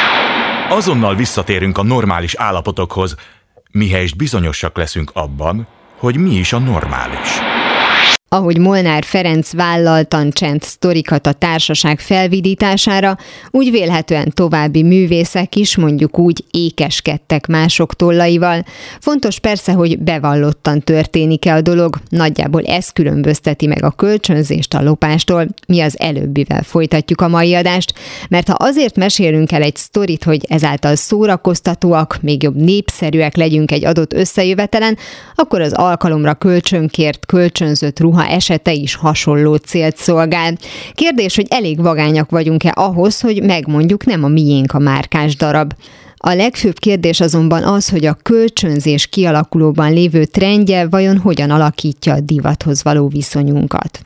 Azonnal visszatérünk a normális állapotokhoz, mihelyest bizonyosak leszünk abban, hogy mi is a normális. Ahogy Molnár Ferenc vállaltan csend sztorikat a társaság felvidítására, úgy vélhetően további művészek is mondjuk úgy ékeskedtek mások tollaival. Fontos persze, hogy bevallottan történik-e a dolog, nagyjából ez különbözteti meg a kölcsönzést a lopástól. Mi az előbbivel folytatjuk a mai adást, mert ha azért mesélünk el egy sztorit, hogy ezáltal szórakoztatóak, még jobb népszerűek legyünk egy adott összejövetelen, akkor az alkalomra kölcsönkért, kölcsönzött ruha esete is hasonló célt szolgál. Kérdés, hogy elég vagányak vagyunk-e ahhoz, hogy megmondjuk, nem a miénk a márkás darab. A legfőbb kérdés azonban az, hogy a kölcsönzés kialakulóban lévő trendje vajon hogyan alakítja a divathoz való viszonyunkat.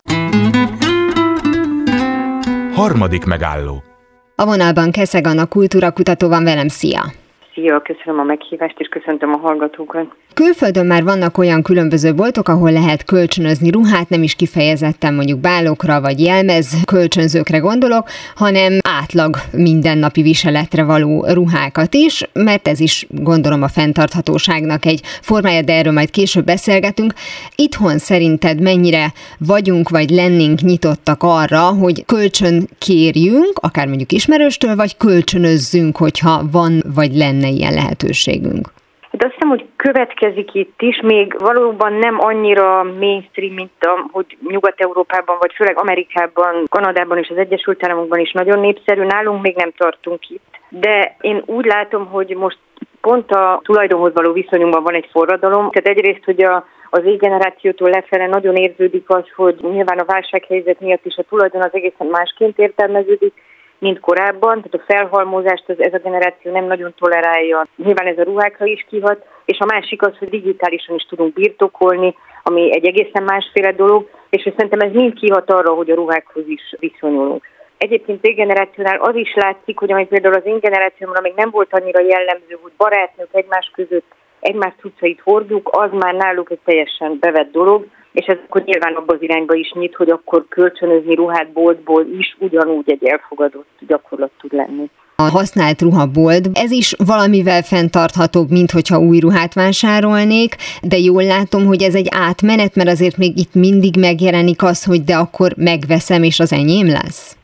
Harmadik megálló. A vonalban Keszeg Anna kultúrakutató van velem, szia! Szia, köszönöm a meghívást, és köszöntöm a hallgatókat. Külföldön már vannak olyan különböző boltok, ahol lehet kölcsönözni ruhát, nem is kifejezetten mondjuk bálokra vagy jelmez kölcsönzőkre gondolok, hanem átlag mindennapi viseletre való ruhákat is, mert ez is gondolom a fenntarthatóságnak egy formája, de erről majd később beszélgetünk. Itthon szerinted mennyire vagyunk vagy lennénk nyitottak arra, hogy kölcsön kérjünk, akár mondjuk ismerőstől, vagy kölcsönözzünk, hogyha van vagy lenne ilyen lehetőségünk? Hát azt hiszem, hogy következik itt is, még valóban nem annyira mainstream, mint hogy Nyugat-Európában, vagy főleg Amerikában, Kanadában és az Egyesült Államokban is nagyon népszerű, nálunk még nem tartunk itt. De én úgy látom, hogy most pont a tulajdonhoz való viszonyunkban van egy forradalom. Tehát egyrészt, hogy az Z-generációtól lefele nagyon érződik az, hogy nyilván a válsághelyzet miatt is a tulajdon az egészen másként értelmeződik, mint korábban, tehát a felhalmozást ez a generáció nem nagyon tolerálja. Nyilván ez a ruhákra is kihat, és a másik az, hogy digitálisan is tudunk birtokolni, ami egy egészen másféle dolog, és szerintem ez mind kihat arra, hogy a ruhákhoz is viszonyulunk. Egyébként Z-generációnál az is látszik, hogy amely például az én generációmra még nem volt annyira jellemző, hogy barátnők egymás között egymás cuccait hordjuk, az már náluk egy teljesen bevett dolog, és ez akkor nyilván abban az irányba is nyit, hogy akkor kölcsönözni ruhát boltból is ugyanúgy egy elfogadott gyakorlat tud lenni. A használt ruhabolt, ez is valamivel fenntarthatóbb, mint hogyha új ruhát vásárolnék, de jól látom, hogy ez egy átmenet, mert azért még itt mindig megjelenik az, hogy de akkor megveszem, és az enyém lesz.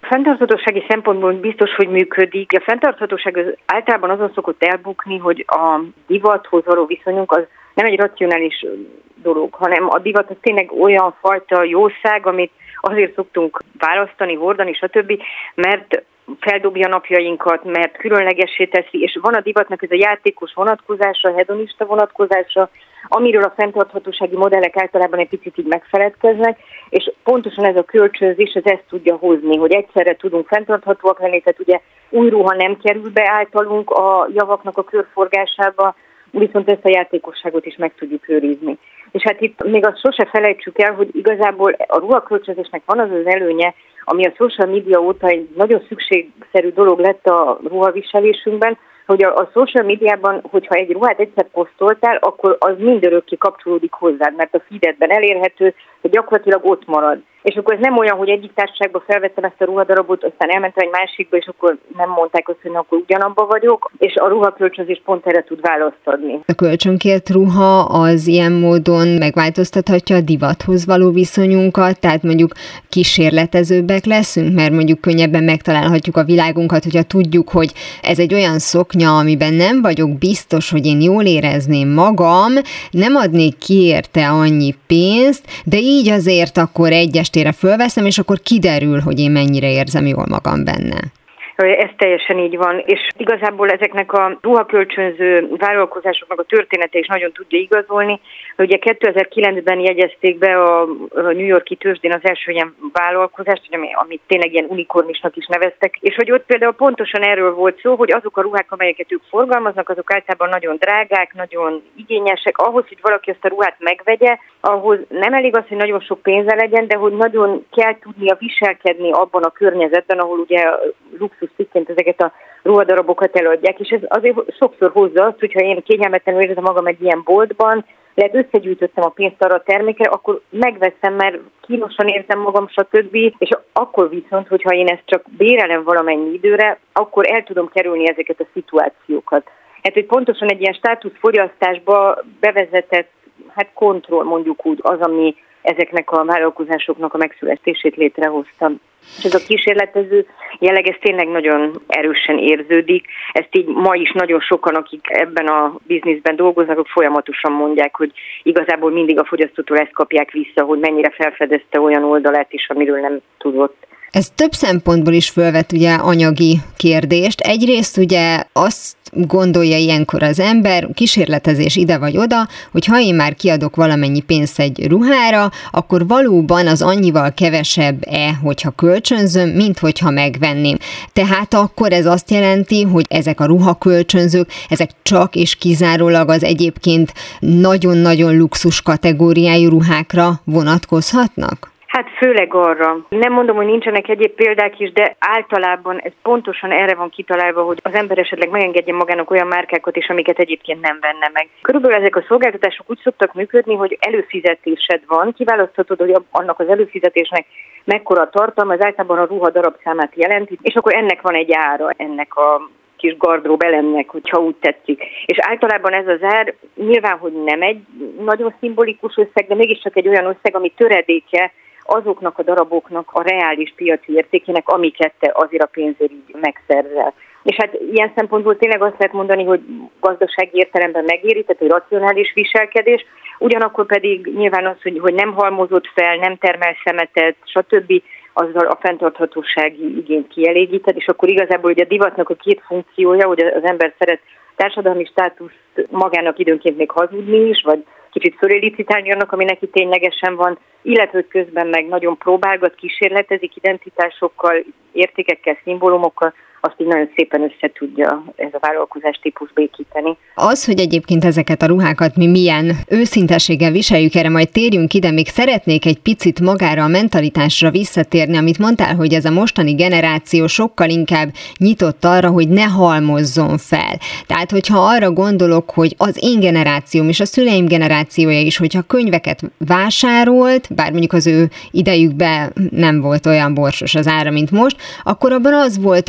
Fenntarthatósági szempontból biztos, hogy működik. A fenntarthatóság az általában azon szokott elbukni, hogy a divathoz való viszonyunk az nem egy racionális dolog, hanem a divat az tényleg olyan fajta jószág, amit azért szoktunk választani, hordani, stb., mert feldobja napjainkat, mert különlegessé teszi, és van a divatnak ez a játékos vonatkozása, a hedonista vonatkozása, amiről a fenntarthatósági modellek általában egy picit így megfeledkeznek, és pontosan ez a kölcsönzés, ez ezt tudja hozni, hogy egyszerre tudunk fenntarthatóak lenni, tehát ugye új ruha nem kerül be általunk a javaknak a körforgásába, viszont ezt a játékosságot is meg tudjuk őrizni. És hát itt még azt sose felejtsük el, hogy igazából a ruhakölcsönzésnek van az az előnye, ami a social media óta egy nagyon szükségszerű dolog lett a ruhaviselésünkben, hogy a social médiában, hogyha egy ruhát egyszer posztoltál, akkor az mindörökké kapcsolódik hozzád, mert a feededben elérhető, hogy gyakorlatilag ott marad. És akkor ez nem olyan, hogy egyik társaságban felvettem ezt a ruhadarabot, aztán elmentem egy másikba, és akkor nem mondták azt, hogy akkor ugyanabba vagyok, és a ruhakölcsönzés pont erre tud választ adni. A kölcsönkért ruha az ilyen módon megváltoztathatja a divathoz való viszonyunkat, tehát mondjuk kísérletezőbbek leszünk, mert mondjuk könnyebben megtalálhatjuk a világunkat, hogyha tudjuk, hogy ez egy olyan szoknya, amiben nem vagyok biztos, hogy én jól érezném magam, nem adnék ki érte annyi pénzt, de így azért akkor egy estére fölveszem, és akkor kiderül, hogy én mennyire érzem jól magam benne. Ez teljesen így van, és igazából ezeknek a ruhakölcsönző vállalkozásoknak a története is nagyon tudja igazolni. Ugye 2009-ben jegyezték be a New York-i tőzsdén az első ilyen vállalkozást, amit tényleg ilyen unikornisnak is neveztek, és hogy ott például pontosan erről volt szó, hogy azok a ruhák, amelyeket ők forgalmaznak, azok általában nagyon drágák, nagyon igényesek. Ahhoz, hogy valaki azt a ruhát megvegye, ahhoz nem elég az, hogy nagyon sok pénze legyen, de hogy nagyon kell tudnia viselkedni abban a környezetben, ahol ugye luxuscikként ezeket a ruhadarabokat eladják, és ez azért sokszor hozza azt, hogyha én kényelmetlenül érzem magam egy ilyen boltban, lehet összegyűjtöttem a pénzt arra a termékre, akkor megveszem, mert kínosan érzem magam, stb. És akkor viszont, hogyha én ezt csak bérelem valamennyi időre, akkor el tudom kerülni ezeket a szituációkat. Hát, hogy pontosan egy ilyen státuszfogyasztásba bevezetett kontroll, mondjuk úgy, az, ami ezeknek a vállalkozásoknak a megszületését létrehozta. És ez a kísérletező jelleg, ez tényleg nagyon erősen érződik. Ezt így ma is nagyon sokan, akik ebben a bizniszben dolgoznak, folyamatosan mondják, hogy igazából mindig a fogyasztótól ezt kapják vissza, hogy mennyire felfedezte olyan oldalát is, amiről nem tudott. Ez több szempontból is fölvet ugye anyagi kérdést. Egyrészt ugye azt gondolja ilyenkor az ember, kísérletezés ide vagy oda, hogy ha én már kiadok valamennyi pénzt egy ruhára, akkor valóban az annyival kevesebb-e, hogyha kölcsönzöm, mint hogyha megvenném. Tehát akkor ez azt jelenti, hogy ezek a ruhakölcsönzők, ezek csak és kizárólag az egyébként nagyon-nagyon luxus kategóriájú ruhákra vonatkozhatnak? Hát főleg arra. Nem mondom, hogy nincsenek egyéb példák is, de általában ez pontosan erre van kitalálva, hogy az ember esetleg megengedjen magának olyan márkákat is, amiket egyébként nem venne meg. Körülbelül ezek a szolgáltatások úgy szoktak működni, hogy előfizetésed van, kiválaszthatod, hogy annak az előfizetésnek mekkora a tartalma, ez általában a ruha darabszámát jelenti, és akkor ennek van egy ára, ennek a kis gardrób elemnek, hogyha úgy tetszik. És általában ez az ár nyilván, hogy nem egy nagyon szimbolikus összeg, de mégiscsak egy olyan összeg, ami töredéke azoknak a daraboknak a reális piaci értékének, amiket te azért a pénzért így megszerzel. És hát ilyen szempontból tényleg azt lehet mondani, hogy gazdasági értelemben megéri, tehát hogy racionális viselkedés, ugyanakkor pedig nyilván az, hogy nem halmozott fel, nem termel szemetet, stb., azzal a fenntarthatósági igényt kielégíted, és akkor igazából ugye a divatnak a két funkciója, hogy az ember szeret társadalmi státuszt magának időnként még hazudni is, vagy kicsit fölélicitálni annak, ami neki ténylegesen van, illetve közben meg nagyon próbálgat, kísérletezik identitásokkal, értékekkel, szimbólumokkal, azt így nagyon szépen össze tudja ez a vállalkozás típus békíteni. Az, hogy egyébként ezeket a ruhákat mi milyen őszintességgel viseljük, erre majd térjünk ide, még szeretnék egy picit magára a mentalitásra visszatérni, amit mondtál, hogy ez a mostani generáció sokkal inkább nyitott arra, hogy ne halmozzon fel. Tehát, hogyha arra gondolok, hogy az én generációm és a szüleim generációja is, hogyha könyveket vásárolt, bár mondjuk az ő idejükben nem volt olyan borsos az ára, mint most, akkor abban az volt a jó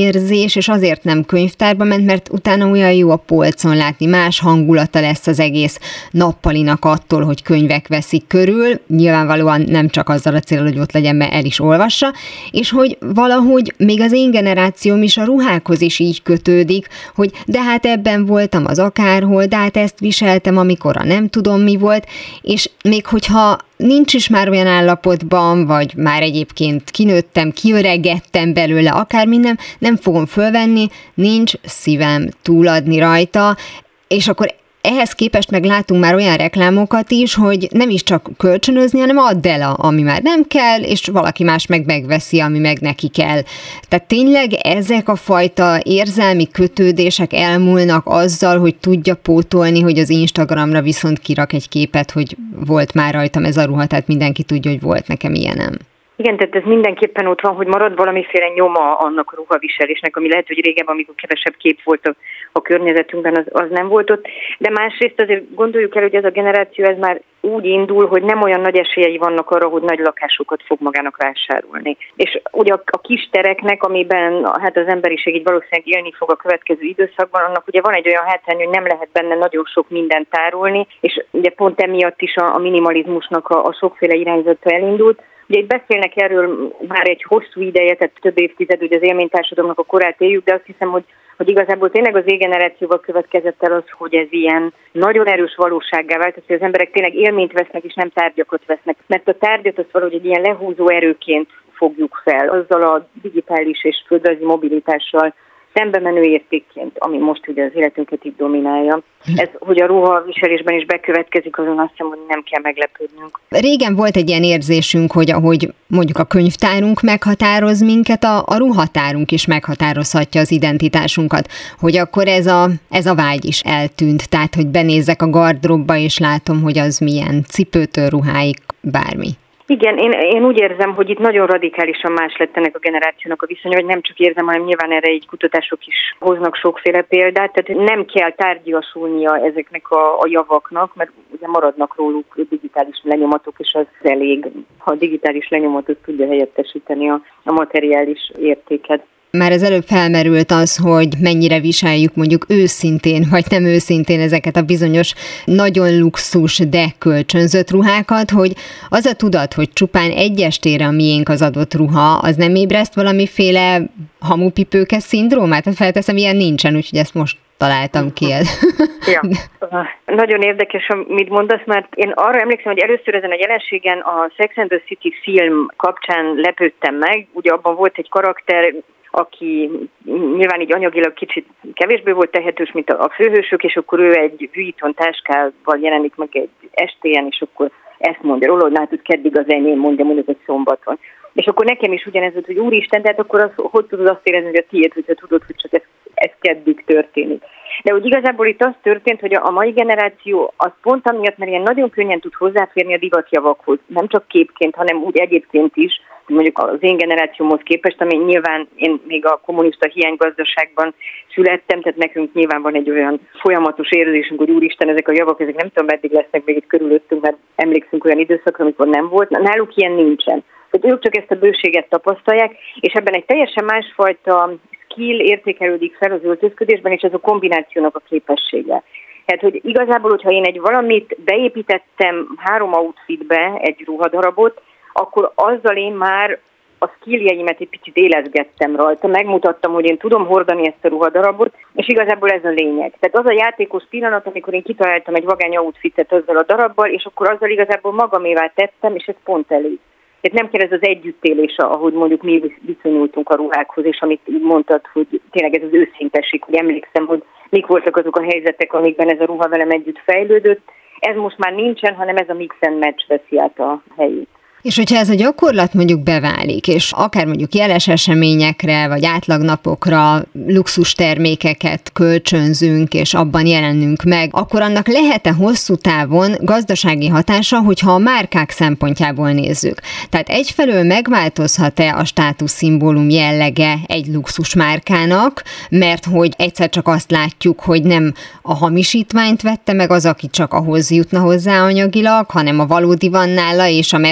érzés, és azért nem könyvtárba ment, mert utána olyan jó a polcon látni, más hangulata lesz az egész nappalinak attól, hogy könyvek veszik körül, nyilvánvalóan nem csak azzal a céllal, hogy ott legyen, mert el is olvassa, és hogy valahogy még az én generációm is a ruhákhoz is így kötődik, hogy de hát ebben voltam az akárhol, de hát ezt viseltem, amikor a nem tudom mi volt, és még hogyha nincs is már olyan állapotban, vagy már egyébként kinőttem, kiöregettem belőle, akármi nem fogom fölvenni, nincs szívem túladni rajta, és akkor ehhez képest meg látunk már olyan reklámokat is, hogy nem is csak kölcsönözni, hanem add el, ami már nem kell, és valaki más meg megveszi, ami meg neki kell. Tehát tényleg ezek a fajta érzelmi kötődések elmúlnak azzal, hogy tudja pótolni, hogy az Instagramra viszont kirak egy képet, hogy volt már rajtam ez a ruha, tehát mindenki tudja, hogy volt nekem ilyenem. Igen, tehát ez mindenképpen ott van, hogy marad valamiféle nyoma annak a ruhaviselésnek, ami lehet, hogy régebben, amikor kevesebb kép volt a környezetünkben, az nem volt ott. De másrészt azért gondoljuk el, hogy ez a generáció ez már úgy indul, hogy nem olyan nagy esélyei vannak arra, hogy nagy lakásokat fog magának vásárolni. És ugye a kis tereknek, amiben hát az emberiség így valószínűleg élni fog a következő időszakban, annak ugye van egy olyan hátrány, hogy nem lehet benne nagyon sok mindent tárolni, és ugye pont emiatt is a minimalizmusnak a sokféle irányzata elindult. Ugye itt beszélnek erről már egy hosszú ideje, tehát több évtized, hogy az élménytársadalomnak a korát éljük, de azt hiszem, hogy igazából tényleg az Z-generációval következett el az, hogy ez ilyen nagyon erős valósággá vált, hogy az emberek tényleg élményt vesznek, és nem tárgyakat vesznek. Mert a tárgyat azt valahogy egy ilyen lehúzó erőként fogjuk fel, azzal a digitális és földrajzi mobilitással szembe menő értékként, ami most ugye az életünket itt dominálja. Ez, hogy a ruhaviselésben is bekövetkezik, azon azt hiszem, hogy nem kell meglepődnünk. Régen volt egy ilyen érzésünk, hogy ahogy mondjuk a könyvtárunk meghatároz minket, a ruhatárunk is meghatározhatja az identitásunkat, hogy akkor ez a vágy is eltűnt, tehát hogy benézzek a gardróbba, és látom, hogy az milyen, cipőtől ruháig, bármi. Igen, én úgy érzem, hogy itt nagyon radikálisan más lett ennek a generációnak a viszonya, vagy nem csak érzem, hanem nyilván erre így kutatások is hoznak sokféle példát, tehát nem kell tárgyiasulnia ezeknek a javaknak, mert ugye maradnak róluk digitális lenyomatok, és az elég, ha a digitális lenyomatot tudja helyettesíteni a materiális értéket. Már az előbb felmerült az, hogy mennyire viseljük mondjuk őszintén, vagy nem őszintén ezeket a bizonyos nagyon luxus, de kölcsönzött ruhákat, hogy az a tudat, hogy csupán egy estére a miénk az adott ruha, az nem ébreszt valamiféle hamupipőke szindrómát? Felteszem, ilyen nincsen, úgyhogy ezt most találtam ki. Ja. Nagyon érdekes, amit mondasz, mert én arra emlékszem, hogy először ezen a jelenségen a Sex and the City film kapcsán lepődtem meg. Ugye abban volt egy karakter, aki nyilván így anyagilag kicsit kevésbé volt tehetős, mint a főhősök, és akkor ő egy Louis Vuitton táskával jelenik meg egy estélyen, és akkor ezt mondja róla, hogy látod, keddig az enyém, mondja mondjuk egy szombaton. És akkor nekem is ugyanez volt, hogy úristen, tehát akkor hogy tudod azt érezni, hogy a tiéd, hogyha tudod, hogy csak ez keddig történik. De úgy igazából itt az történt, hogy a mai generáció az pont amiatt, mert ilyen nagyon könnyen tud hozzáférni a divatjavakhoz, nem csak képként, hanem úgy egyébként is, mondjuk az én generációmhoz képest, ami nyilván én még a kommunista hiánygazdaságban születtem, tehát nekünk nyilván van egy olyan folyamatos érzésünk, hogy úristen, ezek a javak, ezek nem tudom, meddig lesznek még itt körülöttünk, mert emlékszünk olyan időszakra, amikor nem volt. Náluk ilyen nincsen. Tehát ők csak ezt a bőséget tapasztalják, és ebben egy teljesen másfajta skill értékelődik fel az öltözködésben, és ez a kombinációnak a képessége. Tehát, hogy igazából, hogyha én egy valamit beépítettem 3 outfitbe, egy ruhadarabot, akkor azzal én már a skilljeimet egy picit élezgettem rajta, megmutattam, hogy én tudom hordani ezt a ruhadarabot, és igazából ez a lényeg. Tehát az a játékos pillanat, amikor én kitaláltam egy vagány outfitet azzal a darabbal, és akkor azzal igazából magamévá tettem, és ez pont elég. Tehát nem kell ez az együttélés, ahogy mondjuk mi viszonyultunk a ruhákhoz, és amit így mondtad, hogy tényleg ez az őszintesség, hogy emlékszem, hogy mik voltak azok a helyzetek, amikben ez a ruha velem együtt fejlődött. Ez most már nincsen, hanem ez a mix and match veszi át a helyét. És hogyha ez a gyakorlat mondjuk beválik, és akár mondjuk jeles eseményekre, vagy átlagnapokra luxus termékeket kölcsönzünk, és abban jelenünk meg, akkor annak lehet-e hosszú távon gazdasági hatása, hogyha a márkák szempontjából nézzük? Tehát egyfelől megváltozhat-e a státuszszimbólum jellege egy luxus márkának, mert hogy egyszer csak azt látjuk, hogy nem a hamisítványt vette meg az, aki csak ahhoz jutna hozzá anyagilag, hanem a valódi van nála, és a metrón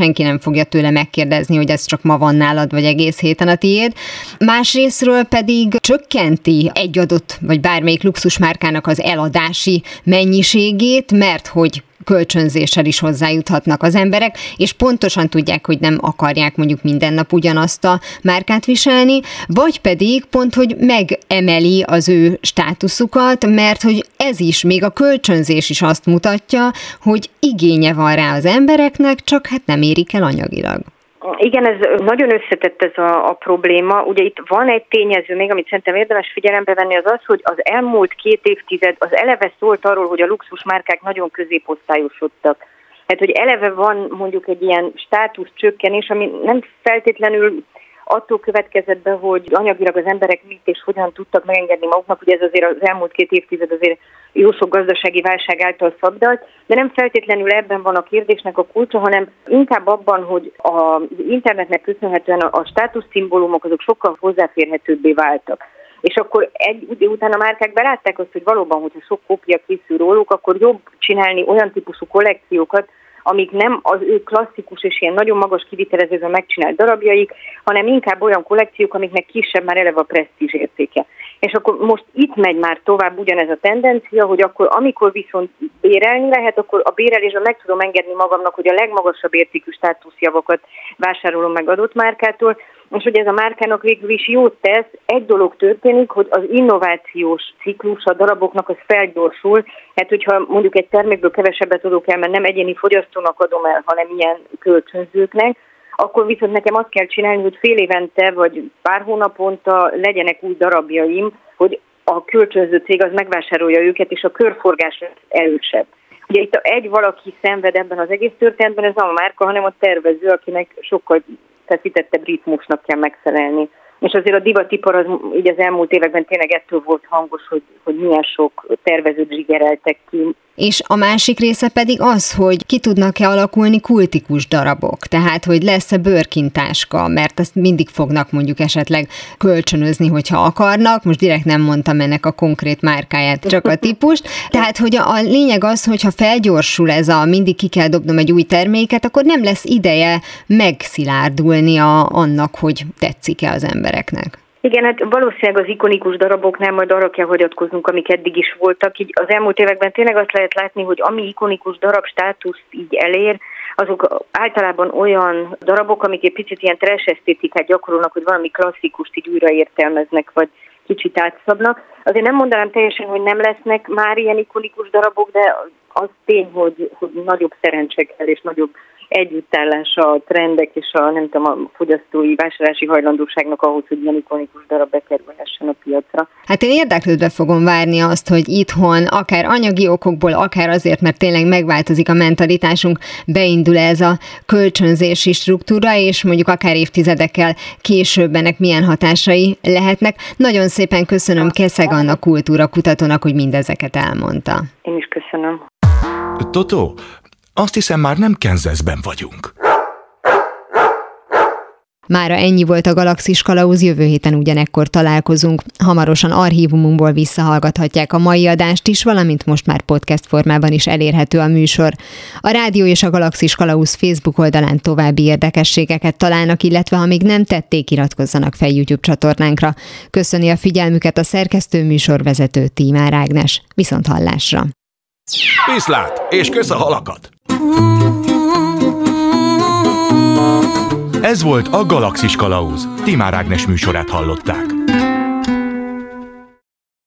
senki nem fogja tőle megkérdezni, hogy ez csak ma van nálad, vagy egész héten a tiéd. Másrésztről pedig csökkenti egy adott, vagy bármelyik luxusmárkának az eladási mennyiségét, mert hogy kölcsönzéssel is hozzájuthatnak az emberek, és pontosan tudják, hogy nem akarják mondjuk minden nap ugyanazt a márkát viselni, vagy pedig pont, hogy megemeli az ő státuszukat, mert hogy ez is, még a kölcsönzés is azt mutatja, hogy igénye van rá az embereknek, csak hát nem érik el anyagilag. Igen, ez nagyon összetett ez a probléma. Ugye itt van egy tényező még, amit szerintem érdemes figyelembe venni, az az, hogy az elmúlt 2 évtized az eleve szólt arról, hogy a luxusmárkák nagyon középosztályosodtak. Tehát, hogy eleve van mondjuk egy ilyen státuszcsökkenés, ami nem feltétlenül attól következett be, hogy anyagilag az emberek mit és hogyan tudtak megengedni maguknak, ugye ez azért az elmúlt 2 évtized azért jó sok gazdasági válság által szabdalt, de nem feltétlenül ebben van a kérdésnek a kulcsa, hanem inkább abban, hogy az internetnek köszönhetően a státuszszimbólumok azok sokkal hozzáférhetőbbé váltak. És akkor egy idő után a márkák belátták azt, hogy valóban, hogyha sok kópia készül róluk, akkor jobb csinálni olyan típusú kollekciókat, amik nem az ő klasszikus és ilyen nagyon magas kivitelezőben megcsinált darabjaik, hanem inkább olyan kollekciók, amiknek kisebb már eleve a presztízs értéke. És akkor most itt megy már tovább ugyanez a tendencia, hogy akkor amikor viszont bérelni lehet, akkor a bérelésben meg tudom engedni magamnak, hogy a legmagasabb értékű státuszjavakat vásárolom meg adott márkától, és hogy ez a márkának végül is jót tesz, egy dolog történik, hogy az innovációs ciklus a daraboknak az felgyorsul, hát hogyha mondjuk egy termékből kevesebbet adok el, mert nem egyéni fogyasztónak adom el, hanem ilyen kölcsönzőknek, akkor viszont nekem azt kell csinálni, hogy fél évente vagy pár hónaponta legyenek új darabjaim, hogy a kölcsönző cég az megvásárolja őket, és a körforgás lesz erősebb. Ugye itt egy valaki szenved ebben az egész történetben, ez nem a márka, hanem a tervező, akinek sokkal feszítettebb ritmusnak kell megfelelni. És azért a divatipar az így az elmúlt években tényleg ettől volt hangos, hogy milyen sok tervezőt zsigereltek ki. És a másik része pedig az, hogy ki tudnak-e alakulni kultikus darabok, tehát hogy lesz-e bőrkintáska, mert azt mindig fognak mondjuk esetleg kölcsönözni, hogyha akarnak, most direkt nem mondtam ennek a konkrét márkáját, csak a típust, tehát hogy a lényeg az, hogyha felgyorsul ez a mindig ki kell dobnom egy új terméket, akkor nem lesz ideje megszilárdulni annak, hogy tetszik-e az embereknek. Igen, hát valószínűleg az ikonikus daraboknál majd arra kell hagyatkoznunk, amik eddig is voltak. Így az elmúlt években tényleg azt lehet látni, hogy ami ikonikus darab státuszt így elér, azok általában olyan darabok, amik egy picit ilyen trash esztétikát gyakorolnak, hogy valami klasszikust így újraértelmeznek, vagy kicsit átszabnak. Azért nem mondanám teljesen, hogy nem lesznek már ilyen ikonikus darabok, de az tény, hogy nagyobb szerencse kell, és nagyobb együttállása a trendek és a fogyasztói vásárlási hajlandóságnak ahhoz, hogy ilyen ikonikus darab bekerülhessen a piacra. Hát én érdeklődve fogom várni azt, hogy itthon akár anyagi okokból, akár azért, mert tényleg megváltozik a mentalitásunk, beindul ez a kölcsönzési struktúra, és mondjuk akár évtizedekkel később ennek milyen hatásai lehetnek. Nagyon szépen köszönöm Keszeg Anna kultúrakutatónak, hogy mindezeket elmondta. Én is köszönöm. Totó, azt hiszem, már nem Kansasben vagyunk. Mára ennyi volt a Galaxis Kalauz, jövő héten ugyanekkor találkozunk. Hamarosan archívumunkból visszahallgathatják a mai adást is, valamint most már podcast formában is elérhető a műsor. A Rádió és a Galaxis Kalauz Facebook oldalán további érdekességeket találnak, illetve ha még nem tették, iratkozzanak fel YouTube csatornánkra. Köszöni a figyelmüket a szerkesztő műsorvezető Tímár Ágnes. Viszonthallásra! Viszlát, és kösz a halakat! Ez volt a Galaxis Kalauz. Tímár Ágnes műsorát hallották.